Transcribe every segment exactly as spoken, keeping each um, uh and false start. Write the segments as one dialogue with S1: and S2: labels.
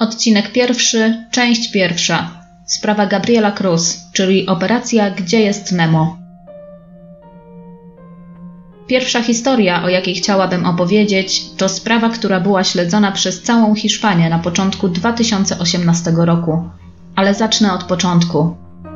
S1: Odcinek pierwszy, część pierwsza. Sprawa Gabriela Cruz, czyli operacja Gdzie jest Nemo? Pierwsza historia, o jakiej chciałabym opowiedzieć, to sprawa, która była śledzona przez całą Hiszpanię na początku dwa tysiące osiemnastego roku. Ale zacznę od początku.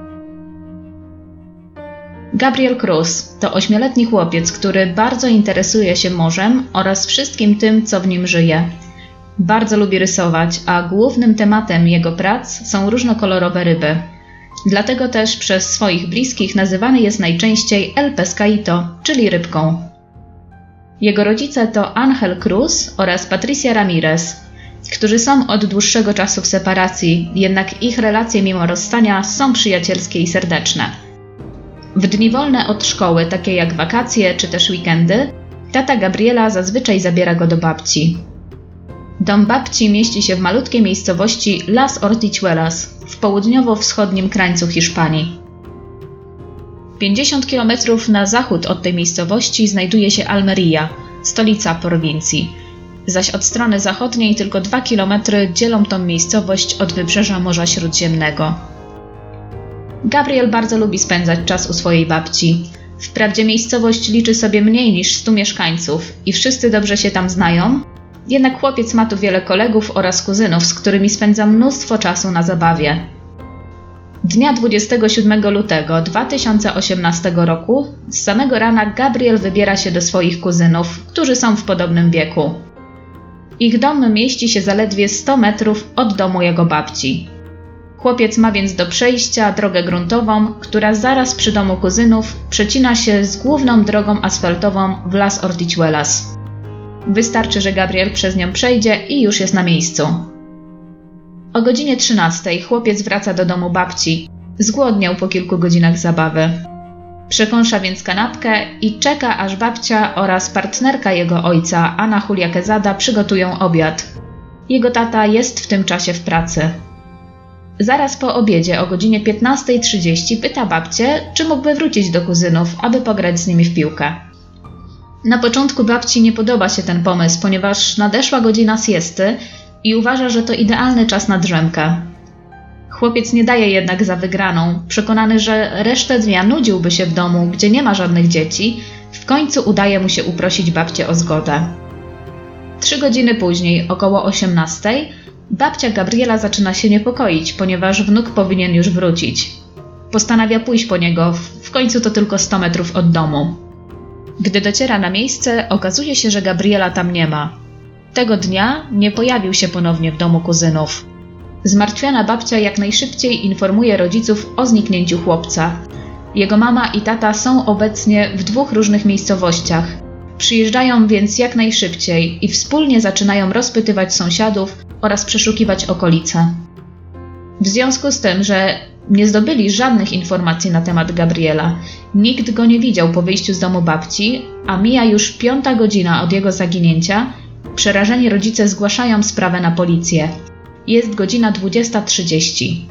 S1: Gabriel Cruz to ośmioletni chłopiec, który bardzo interesuje się morzem oraz wszystkim tym, co w nim żyje. Bardzo lubi rysować, a głównym tematem jego prac są różnokolorowe ryby. Dlatego też przez swoich bliskich nazywany jest najczęściej El Pescadito, czyli rybką. Jego rodzice to Ángel Cruz oraz Patricia Ramirez, którzy są od dłuższego czasu w separacji, jednak ich relacje mimo rozstania są przyjacielskie i serdeczne. W dni wolne od szkoły, takie jak wakacje czy też weekendy, tata Gabriela zazwyczaj zabiera go do babci. Dom babci mieści się w malutkiej miejscowości Las Ortichuelas w południowo-wschodnim krańcu Hiszpanii. pięćdziesiąt kilometrów na zachód od tej miejscowości znajduje się Almería, stolica prowincji, zaś od strony zachodniej tylko dwa kilometry dzielą tą miejscowość od wybrzeża Morza Śródziemnego. Gabriel bardzo lubi spędzać czas u swojej babci. Wprawdzie miejscowość liczy sobie mniej niż stu mieszkańców i wszyscy dobrze się tam znają, jednak chłopiec ma tu wiele kolegów oraz kuzynów, z którymi spędza mnóstwo czasu na zabawie. Dnia dwudziestego siódmego lutego dwa tysiące osiemnastego roku z samego rana Gabriel wybiera się do swoich kuzynów, którzy są w podobnym wieku. Ich dom mieści się zaledwie sto metrów od domu jego babci. Chłopiec ma więc do przejścia drogę gruntową, która zaraz przy domu kuzynów przecina się z główną drogą asfaltową w Las Ortichuelas. Wystarczy, że Gabriel przez nią przejdzie i już jest na miejscu. O godzinie trzynastej chłopiec wraca do domu babci. Zgłodniał po kilku godzinach zabawy. Przekąsza więc kanapkę i czeka, aż babcia oraz partnerka jego ojca, Ana Julia Quezada, przygotują obiad. Jego tata jest w tym czasie w pracy. Zaraz po obiedzie o godzinie piętnastej trzydzieści pyta babcię, czy mógłby wrócić do kuzynów, aby pograć z nimi w piłkę. Na początku babci nie podoba się ten pomysł, ponieważ nadeszła godzina siesty i uważa, że to idealny czas na drzemkę. Chłopiec nie daje jednak za wygraną, przekonany, że resztę dnia nudziłby się w domu, gdzie nie ma żadnych dzieci, w końcu udaje mu się uprosić babcię o zgodę. Trzy godziny później, około osiemnastej, babcia Gabriela zaczyna się niepokoić, ponieważ wnuk powinien już wrócić. Postanawia pójść po niego, w końcu to tylko sto metrów od domu. Gdy dociera na miejsce, okazuje się, że Gabriela tam nie ma. Tego dnia nie pojawił się ponownie w domu kuzynów. Zmartwiona babcia jak najszybciej informuje rodziców o zniknięciu chłopca. Jego mama i tata są obecnie w dwóch różnych miejscowościach. Przyjeżdżają więc jak najszybciej i wspólnie zaczynają rozpytywać sąsiadów oraz przeszukiwać okolice. W związku z tym, że nie zdobyli żadnych informacji na temat Gabriela, nikt go nie widział po wyjściu z domu babci, a mija już piąta godzina od jego zaginięcia, przerażeni rodzice zgłaszają sprawę na policję. Jest godzina dwudziesta trzydzieści.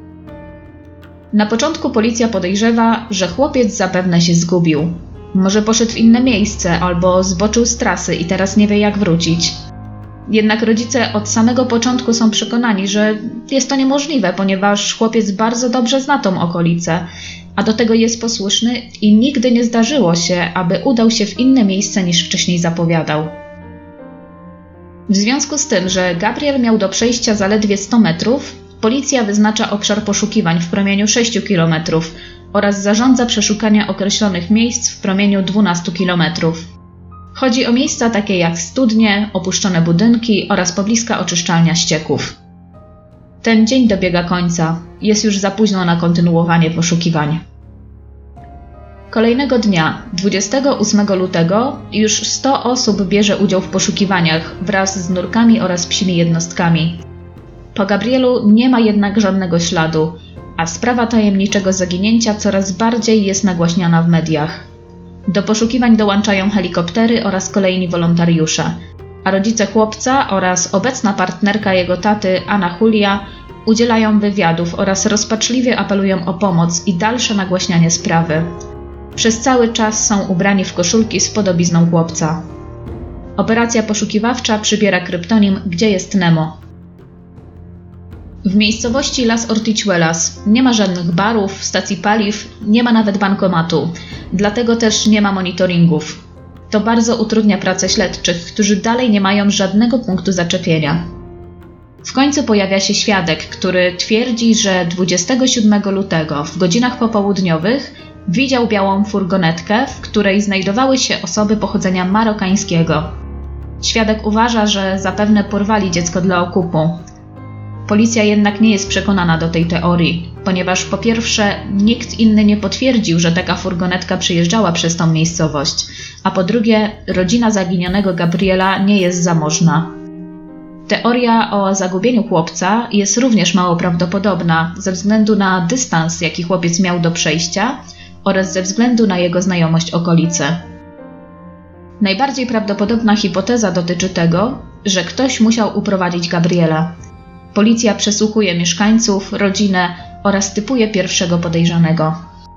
S1: Na początku policja podejrzewa, że chłopiec zapewne się zgubił. Może poszedł w inne miejsce albo zboczył z trasy i teraz nie wie, jak wrócić. Jednak rodzice od samego początku są przekonani, że jest to niemożliwe, ponieważ chłopiec bardzo dobrze zna tą okolicę, a do tego jest posłuszny i nigdy nie zdarzyło się, aby udał się w inne miejsce niż wcześniej zapowiadał. W związku z tym, że Gabriel miał do przejścia zaledwie sto metrów, policja wyznacza obszar poszukiwań w promieniu sześciu kilometrów oraz zarządza przeszukania określonych miejsc w promieniu dwunastu kilometrów. Chodzi o miejsca takie jak studnie, opuszczone budynki oraz pobliska oczyszczalnia ścieków. Ten dzień dobiega końca. Jest już za późno na kontynuowanie poszukiwań. Kolejnego dnia, dwudziestego ósmego lutego, już sto osób bierze udział w poszukiwaniach wraz z nurkami oraz psimi jednostkami. Po Gabrielu nie ma jednak żadnego śladu, a sprawa tajemniczego zaginięcia coraz bardziej jest nagłaśniana w mediach. Do poszukiwań dołączają helikoptery oraz kolejni wolontariusze, a rodzice chłopca oraz obecna partnerka jego taty, Ana Julia, udzielają wywiadów oraz rozpaczliwie apelują o pomoc i dalsze nagłaśnianie sprawy. Przez cały czas są ubrani w koszulki z podobizną chłopca. Operacja poszukiwawcza przybiera kryptonim Gdzie jest Nemo? W miejscowości Las Hortichuelas nie ma żadnych barów, stacji paliw, nie ma nawet bankomatu, dlatego też nie ma monitoringów. To bardzo utrudnia pracę śledczych, którzy dalej nie mają żadnego punktu zaczepienia. W końcu pojawia się świadek, który twierdzi, że dwudziestego siódmego lutego w godzinach popołudniowych widział białą furgonetkę, w której znajdowały się osoby pochodzenia marokańskiego. Świadek uważa, że zapewne porwali dziecko dla okupu. Policja jednak nie jest przekonana do tej teorii, ponieważ po pierwsze nikt inny nie potwierdził, że taka furgonetka przejeżdżała przez tą miejscowość, a po drugie rodzina zaginionego Gabriela nie jest zamożna. Teoria o zagubieniu chłopca jest również mało prawdopodobna ze względu na dystans, jaki chłopiec miał do przejścia oraz ze względu na jego znajomość okolicy. Najbardziej prawdopodobna hipoteza dotyczy tego, że ktoś musiał uprowadzić Gabriela. Policja przesłuchuje mieszkańców, rodzinę oraz typuje pierwszego podejrzanego.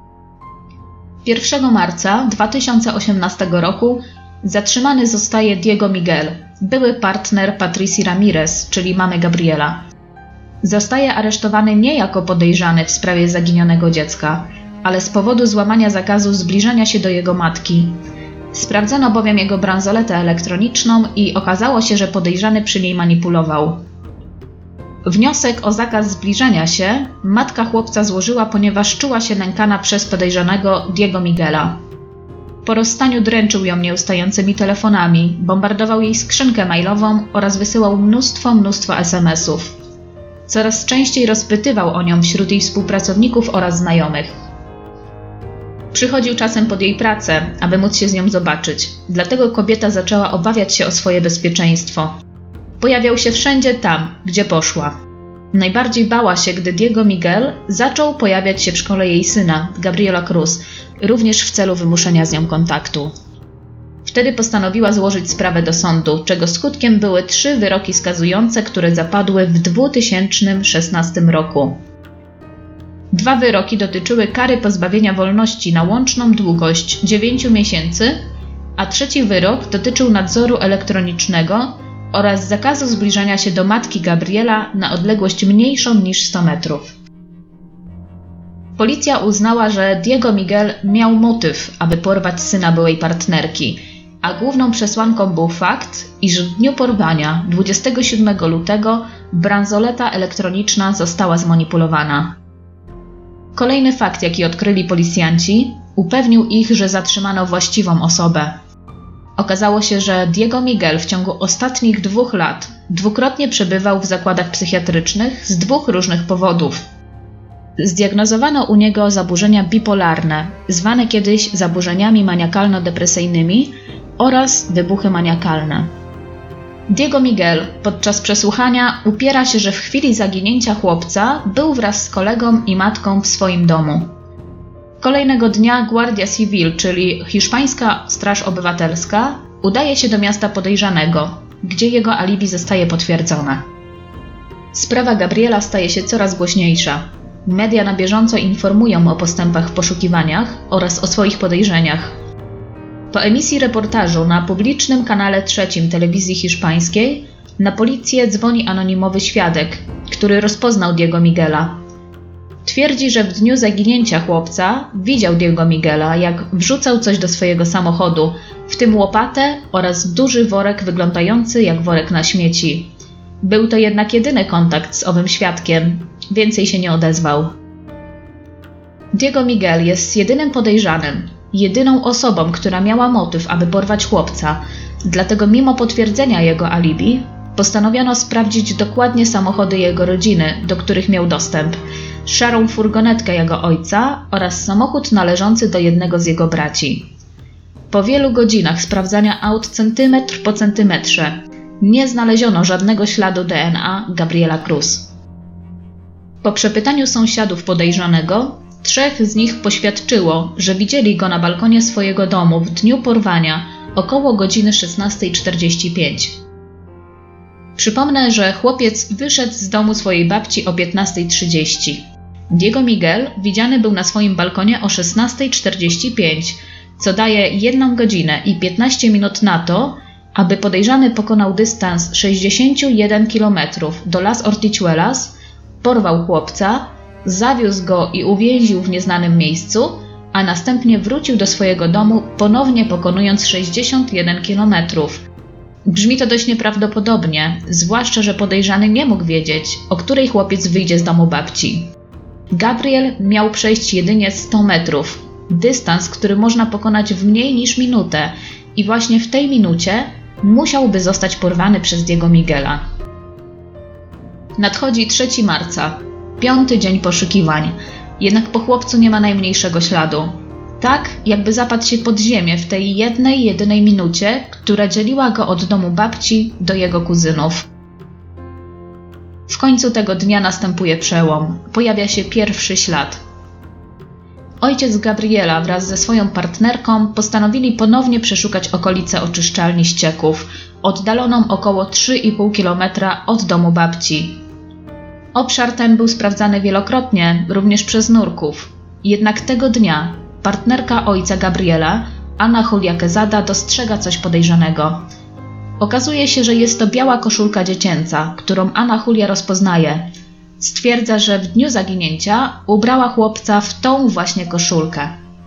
S1: pierwszego marca dwa tysiące osiemnastego roku zatrzymany zostaje Diego Miguel, były partner Patricji Ramirez, czyli mamy Gabriela. Zostaje aresztowany nie jako podejrzany w sprawie zaginionego dziecka, ale z powodu złamania zakazu zbliżania się do jego matki. Sprawdzono bowiem jego bransoletę elektroniczną i okazało się, że podejrzany przy niej manipulował. Wniosek o zakaz zbliżania się matka chłopca złożyła, ponieważ czuła się nękana przez podejrzanego Diego Miguela. Po rozstaniu dręczył ją nieustającymi telefonami, bombardował jej skrzynkę mailową oraz wysyłał mnóstwo, mnóstwo es em esów. Coraz częściej rozpytywał o nią wśród jej współpracowników oraz znajomych. Przychodził czasem pod jej pracę, aby móc się z nią zobaczyć, dlatego kobieta zaczęła obawiać się o swoje bezpieczeństwo. Pojawiał się wszędzie tam, gdzie poszła. Najbardziej bała się, gdy Diego Miguel zaczął pojawiać się w szkole jej syna, Gabriela Cruz, również w celu wymuszenia z nią kontaktu. Wtedy postanowiła złożyć sprawę do sądu, czego skutkiem były trzy wyroki skazujące, które zapadły w dwa tysiące szesnastym roku. Dwa wyroki dotyczyły kary pozbawienia wolności na łączną długość dziewięciu miesięcy, a trzeci wyrok dotyczył nadzoru elektronicznego oraz zakazu zbliżania się do matki Gabriela na odległość mniejszą niż sto metrów. Policja uznała, że Diego Miguel miał motyw, aby porwać syna byłej partnerki, a główną przesłanką był fakt, iż w dniu porwania, dwudziestego siódmego lutego, bransoleta elektroniczna została zmanipulowana. Kolejny fakt, jaki odkryli policjanci, upewnił ich, że zatrzymano właściwą osobę. Okazało się, że Diego Miguel w ciągu ostatnich dwóch lat dwukrotnie przebywał w zakładach psychiatrycznych z dwóch różnych powodów. Zdiagnozowano u niego zaburzenia bipolarne, zwane kiedyś zaburzeniami maniakalno-depresyjnymi oraz wybuchy maniakalne. Diego Miguel podczas przesłuchania upiera się, że w chwili zaginięcia chłopca był wraz z kolegą i matką w swoim domu. Kolejnego dnia Guardia Civil, czyli hiszpańska straż obywatelska, udaje się do miasta podejrzanego, gdzie jego alibi zostaje potwierdzone. Sprawa Gabriela staje się coraz głośniejsza. Media na bieżąco informują o postępach w poszukiwaniach oraz o swoich podejrzeniach. Po emisji reportażu na publicznym kanale trzecim telewizji hiszpańskiej na policję dzwoni anonimowy świadek, który rozpoznał Diego Miguela. Twierdzi, że w dniu zaginięcia chłopca widział Diego Miguela, jak wrzucał coś do swojego samochodu, w tym łopatę oraz duży worek wyglądający jak worek na śmieci. Był to jednak jedyny kontakt z owym świadkiem, więcej się nie odezwał. Diego Miguel jest jedynym podejrzanym, jedyną osobą, która miała motyw, aby porwać chłopca, dlatego mimo potwierdzenia jego alibi, postanowiono sprawdzić dokładnie samochody jego rodziny, do których miał dostęp, szarą furgonetkę jego ojca oraz samochód należący do jednego z jego braci. Po wielu godzinach sprawdzania aut centymetr po centymetrze nie znaleziono żadnego śladu D N A Gabriela Cruz. Po przepytaniu sąsiadów podejrzanego, trzech z nich poświadczyło, że widzieli go na balkonie swojego domu w dniu porwania około godziny szesnasta czterdzieści pięć. Przypomnę, że chłopiec wyszedł z domu swojej babci o piętnasta trzydzieści. Diego Miguel widziany był na swoim balkonie o szesnasta czterdzieści pięć, co daje jedną godzinę i piętnaście minut na to, aby podejrzany pokonał dystans sześćdziesiąt jeden kilometrów do Las Hortichuelas porwał chłopca, zawiózł go i uwięził w nieznanym miejscu, a następnie wrócił do swojego domu, ponownie pokonując sześćdziesiąt jeden kilometrów. Brzmi to dość nieprawdopodobnie, zwłaszcza że podejrzany nie mógł wiedzieć, o której chłopiec wyjdzie z domu babci. Gabriel miał przejść jedynie sto metrów, dystans, który można pokonać w mniej niż minutę, i właśnie w tej minucie musiałby zostać porwany przez Diego Miguela. Nadchodzi trzeciego marca, piąty dzień poszukiwań, jednak po chłopcu nie ma najmniejszego śladu. Tak, jakby zapadł się pod ziemię w tej jednej, jedynej minucie, która dzieliła go od domu babci do jego kuzynów. W końcu tego dnia następuje przełom. Pojawia się pierwszy ślad. Ojciec Gabriela wraz ze swoją partnerką postanowili ponownie przeszukać okolice oczyszczalni ścieków, oddaloną około trzy i pół kilometra od domu babci. Obszar ten był sprawdzany wielokrotnie, również przez nurków. Jednak tego dnia partnerka ojca Gabriela, Ana Julia Quezada, dostrzega coś podejrzanego. Okazuje się, że jest to biała koszulka dziecięca, którą Ana Julia rozpoznaje. Stwierdza, że w dniu zaginięcia ubrała chłopca w tą właśnie koszulkę.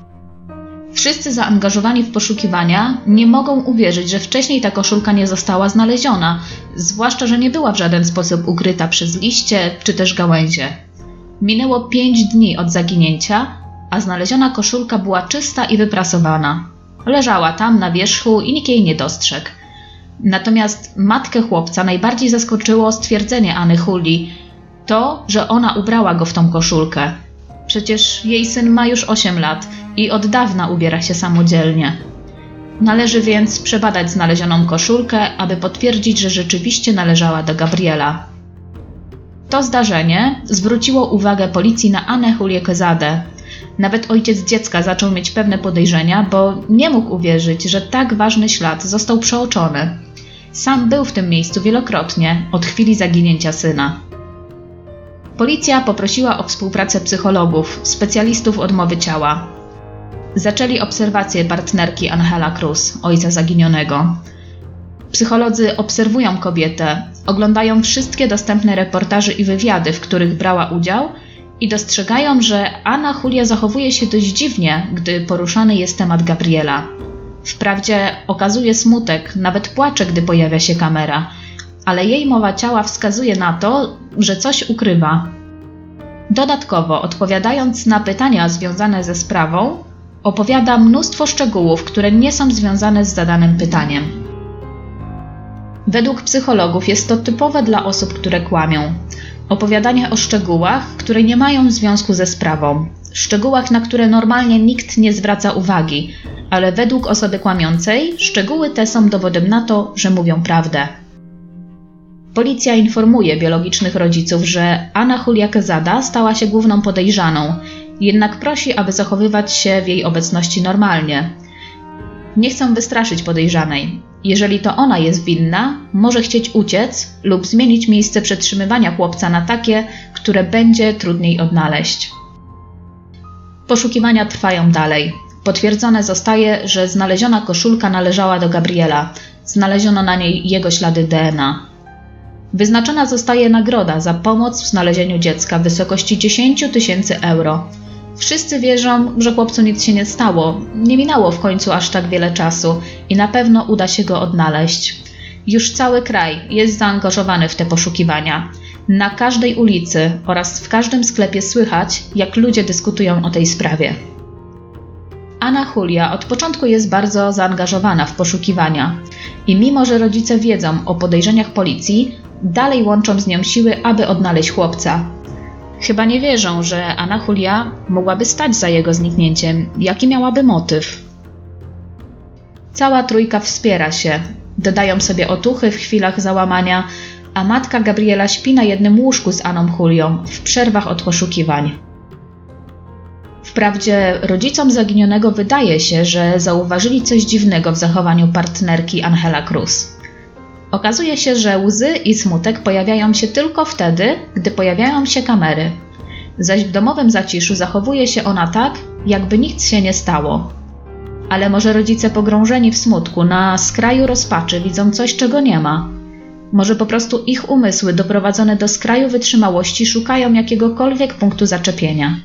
S1: Wszyscy zaangażowani w poszukiwania nie mogą uwierzyć, że wcześniej ta koszulka nie została znaleziona, zwłaszcza że nie była w żaden sposób ukryta przez liście czy też gałęzie. Minęło pięć dni od zaginięcia, a znaleziona koszulka była czysta i wyprasowana. Leżała tam na wierzchu i nikt jej nie dostrzegł. Natomiast matkę chłopca najbardziej zaskoczyło stwierdzenie Any Julii, to, że ona ubrała go w tą koszulkę. Przecież jej syn ma już osiem lat i od dawna ubiera się samodzielnie. Należy więc przebadać znalezioną koszulkę, aby potwierdzić, że rzeczywiście należała do Gabriela. To zdarzenie zwróciło uwagę policji na Anę Julię Quezadę. Nawet ojciec dziecka zaczął mieć pewne podejrzenia, bo nie mógł uwierzyć, że tak ważny ślad został przeoczony. Sam był w tym miejscu wielokrotnie od chwili zaginięcia syna. Policja poprosiła o współpracę psychologów, specjalistów od mowy ciała. Zaczęli obserwację partnerki Angela Cruz, ojca zaginionego. Psycholodzy obserwują kobietę, oglądają wszystkie dostępne reportaże i wywiady, w których brała udział, i dostrzegają, że Ana Julia zachowuje się dość dziwnie, gdy poruszany jest temat Gabriela. Wprawdzie okazuje smutek, nawet płacze, gdy pojawia się kamera, ale jej mowa ciała wskazuje na to, że coś ukrywa. Dodatkowo, odpowiadając na pytania związane ze sprawą, opowiada mnóstwo szczegółów, które nie są związane z zadanym pytaniem. Według psychologów jest to typowe dla osób, które kłamią. Opowiadanie o szczegółach, które nie mają związku ze sprawą. Szczegółach, na które normalnie nikt nie zwraca uwagi, ale według osoby kłamiącej szczegóły te są dowodem na to, że mówią prawdę. Policja informuje biologicznych rodziców, że Ana Julia Quezada stała się główną podejrzaną, jednak prosi, aby zachowywać się w jej obecności normalnie. Nie chcą wystraszyć podejrzanej. Jeżeli to ona jest winna, może chcieć uciec lub zmienić miejsce przetrzymywania chłopca na takie, które będzie trudniej odnaleźć. Poszukiwania trwają dalej. Potwierdzone zostaje, że znaleziona koszulka należała do Gabriela. Znaleziono na niej jego ślady D N A. Wyznaczona zostaje nagroda za pomoc w znalezieniu dziecka w wysokości dziesięć tysięcy euro. Wszyscy wierzą, że chłopcu nic się nie stało, nie minęło w końcu aż tak wiele czasu i na pewno uda się go odnaleźć. Już cały kraj jest zaangażowany w te poszukiwania. Na każdej ulicy oraz w każdym sklepie słychać, jak ludzie dyskutują o tej sprawie. Ana Julia od początku jest bardzo zaangażowana w poszukiwania i mimo, że rodzice wiedzą o podejrzeniach policji, dalej łączą z nią siły, aby odnaleźć chłopca. Chyba nie wierzą, że Ana Julia mogłaby stać za jego zniknięciem, jaki miałaby motyw. Cała trójka wspiera się, dodają sobie otuchy w chwilach załamania, a matka Gabriela śpi na jednym łóżku z Aną Julią w przerwach od poszukiwań. Wprawdzie rodzicom zaginionego wydaje się, że zauważyli coś dziwnego w zachowaniu partnerki Angela Cruz. Okazuje się, że łzy i smutek pojawiają się tylko wtedy, gdy pojawiają się kamery, zaś w domowym zaciszu zachowuje się ona tak, jakby nic się nie stało. Ale może rodzice pogrążeni w smutku, na skraju rozpaczy widzą coś, czego nie ma. Może po prostu ich umysły doprowadzone do skraju wytrzymałości szukają jakiegokolwiek punktu zaczepienia.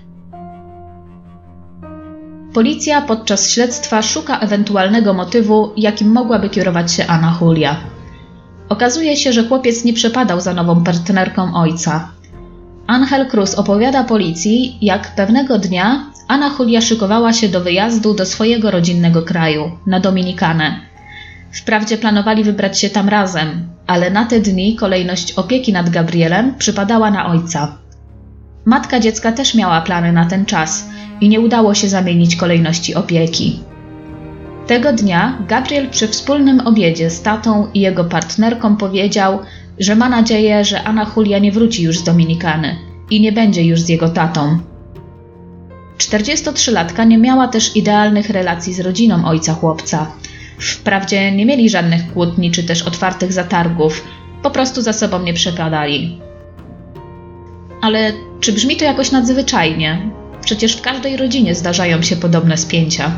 S1: Policja podczas śledztwa szuka ewentualnego motywu, jakim mogłaby kierować się Anna Julia. Okazuje się, że chłopiec nie przepadał za nową partnerką ojca. Ángel Cruz opowiada policji, jak pewnego dnia Anna Julia szykowała się do wyjazdu do swojego rodzinnego kraju, na Dominikanę. Wprawdzie planowali wybrać się tam razem, ale na te dni kolejność opieki nad Gabrielem przypadała na ojca. Matka dziecka też miała plany na ten czas i nie udało się zamienić kolejności opieki. Tego dnia Gabriel przy wspólnym obiedzie z tatą i jego partnerką powiedział, że ma nadzieję, że Anna Julia nie wróci już z Dominikany i nie będzie już z jego tatą. czterdziestotrzylatka nie miała też idealnych relacji z rodziną ojca chłopca. Wprawdzie nie mieli żadnych kłótni czy też otwartych zatargów, po prostu za sobą nie przepadali. Ale czy brzmi to jakoś nadzwyczajnie? Przecież w każdej rodzinie zdarzają się podobne spięcia.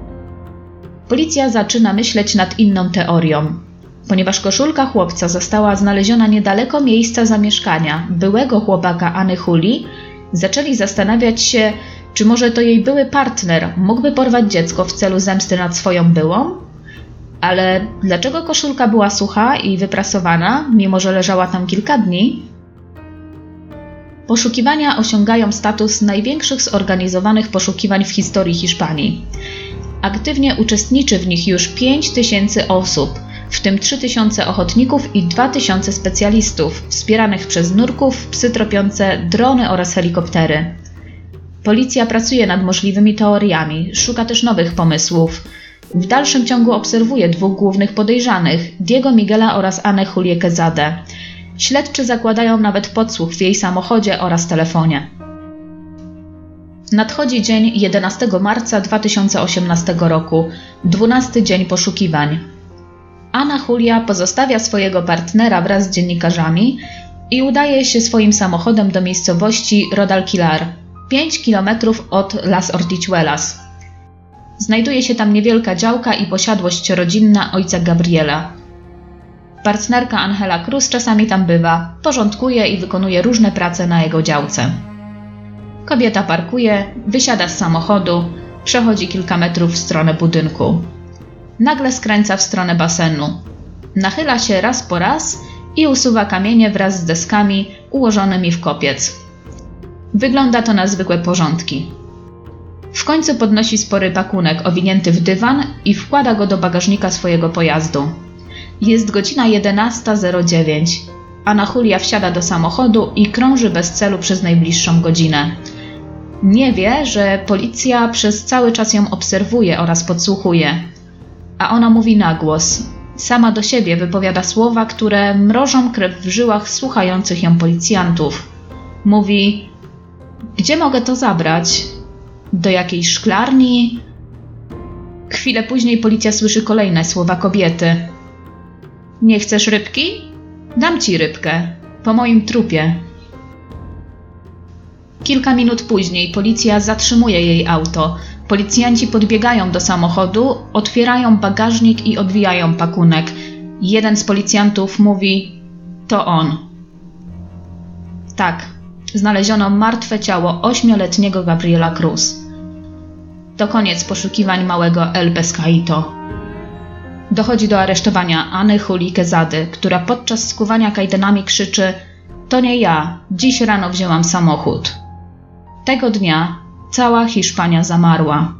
S1: Policja zaczyna myśleć nad inną teorią. Ponieważ koszulka chłopca została znaleziona niedaleko miejsca zamieszkania byłego chłopaka Anny Julii, zaczęli zastanawiać się, czy może to jej były partner mógłby porwać dziecko w celu zemsty nad swoją byłą? Ale dlaczego koszulka była sucha i wyprasowana, mimo że leżała tam kilka dni? Poszukiwania osiągają status największych zorganizowanych poszukiwań w historii Hiszpanii. Aktywnie uczestniczy w nich już pięć tysięcy osób, w tym trzy tysiące ochotników i dwa tysiące specjalistów, wspieranych przez nurków, psy tropiące, drony oraz helikoptery. Policja pracuje nad możliwymi teoriami, szuka też nowych pomysłów. W dalszym ciągu obserwuje dwóch głównych podejrzanych, Diego Miguela oraz Annę Julię Quezadę. Śledczy zakładają nawet podsłuch w jej samochodzie oraz telefonie. Nadchodzi dzień jedenastego marca dwa tysiące osiemnastego roku, dwunasty dzień poszukiwań. Anna Julia pozostawia swojego partnera wraz z dziennikarzami i udaje się swoim samochodem do miejscowości Rodalquilar, pięć kilometrów od Las Ortichuelas. Znajduje się tam niewielka działka i posiadłość rodzinna ojca Gabriela. Partnerka Ángela Cruz czasami tam bywa, porządkuje i wykonuje różne prace na jego działce. Kobieta parkuje, wysiada z samochodu, przechodzi kilka metrów w stronę budynku. Nagle skręca w stronę basenu. Nachyla się raz po raz i usuwa kamienie wraz z deskami ułożonymi w kopiec. Wygląda to na zwykłe porządki. W końcu podnosi spory pakunek owinięty w dywan i wkłada go do bagażnika swojego pojazdu. Jest godzina jedenasta zero dziewięć. Anna Julia wsiada do samochodu i krąży bez celu przez najbliższą godzinę. Nie wie, że policja przez cały czas ją obserwuje oraz podsłuchuje. A ona mówi na głos. Sama do siebie wypowiada słowa, które mrożą krew w żyłach słuchających ją policjantów. Mówi: gdzie mogę to zabrać? Do jakiejś szklarni? Chwilę później policja słyszy kolejne słowa kobiety. Nie chcesz rybki? Dam ci rybkę. Po moim trupie. Kilka minut później policja zatrzymuje jej auto. Policjanci podbiegają do samochodu, otwierają bagażnik i odwijają pakunek. Jeden z policjantów mówi: to on. Tak, znaleziono martwe ciało ośmioletniego Gabriela Cruz. To koniec poszukiwań małego El Pescadito. Dochodzi do aresztowania Anny Julii Quezady, która podczas skuwania kajdanami krzyczy: to nie ja, dziś rano wzięłam samochód. Tego dnia cała Hiszpania zamarła.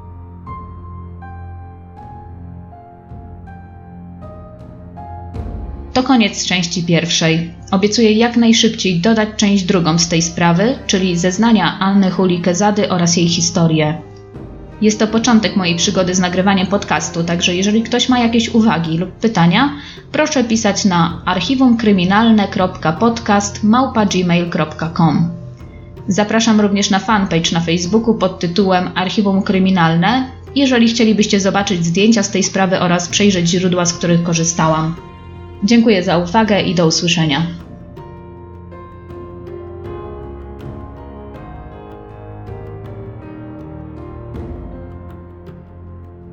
S1: To koniec części pierwszej. Obiecuję jak najszybciej dodać część drugą z tej sprawy, czyli zeznania Anny Julii Quezady oraz jej historię. Jest to początek mojej przygody z nagrywaniem podcastu, także jeżeli ktoś ma jakieś uwagi lub pytania, proszę pisać na archiwumkryminalne kropka podcast małpa gmail kropka com. Zapraszam również na fanpage na Facebooku pod tytułem Archiwum Kryminalne, jeżeli chcielibyście zobaczyć zdjęcia z tej sprawy oraz przejrzeć źródła, z których korzystałam. Dziękuję za uwagę i do usłyszenia.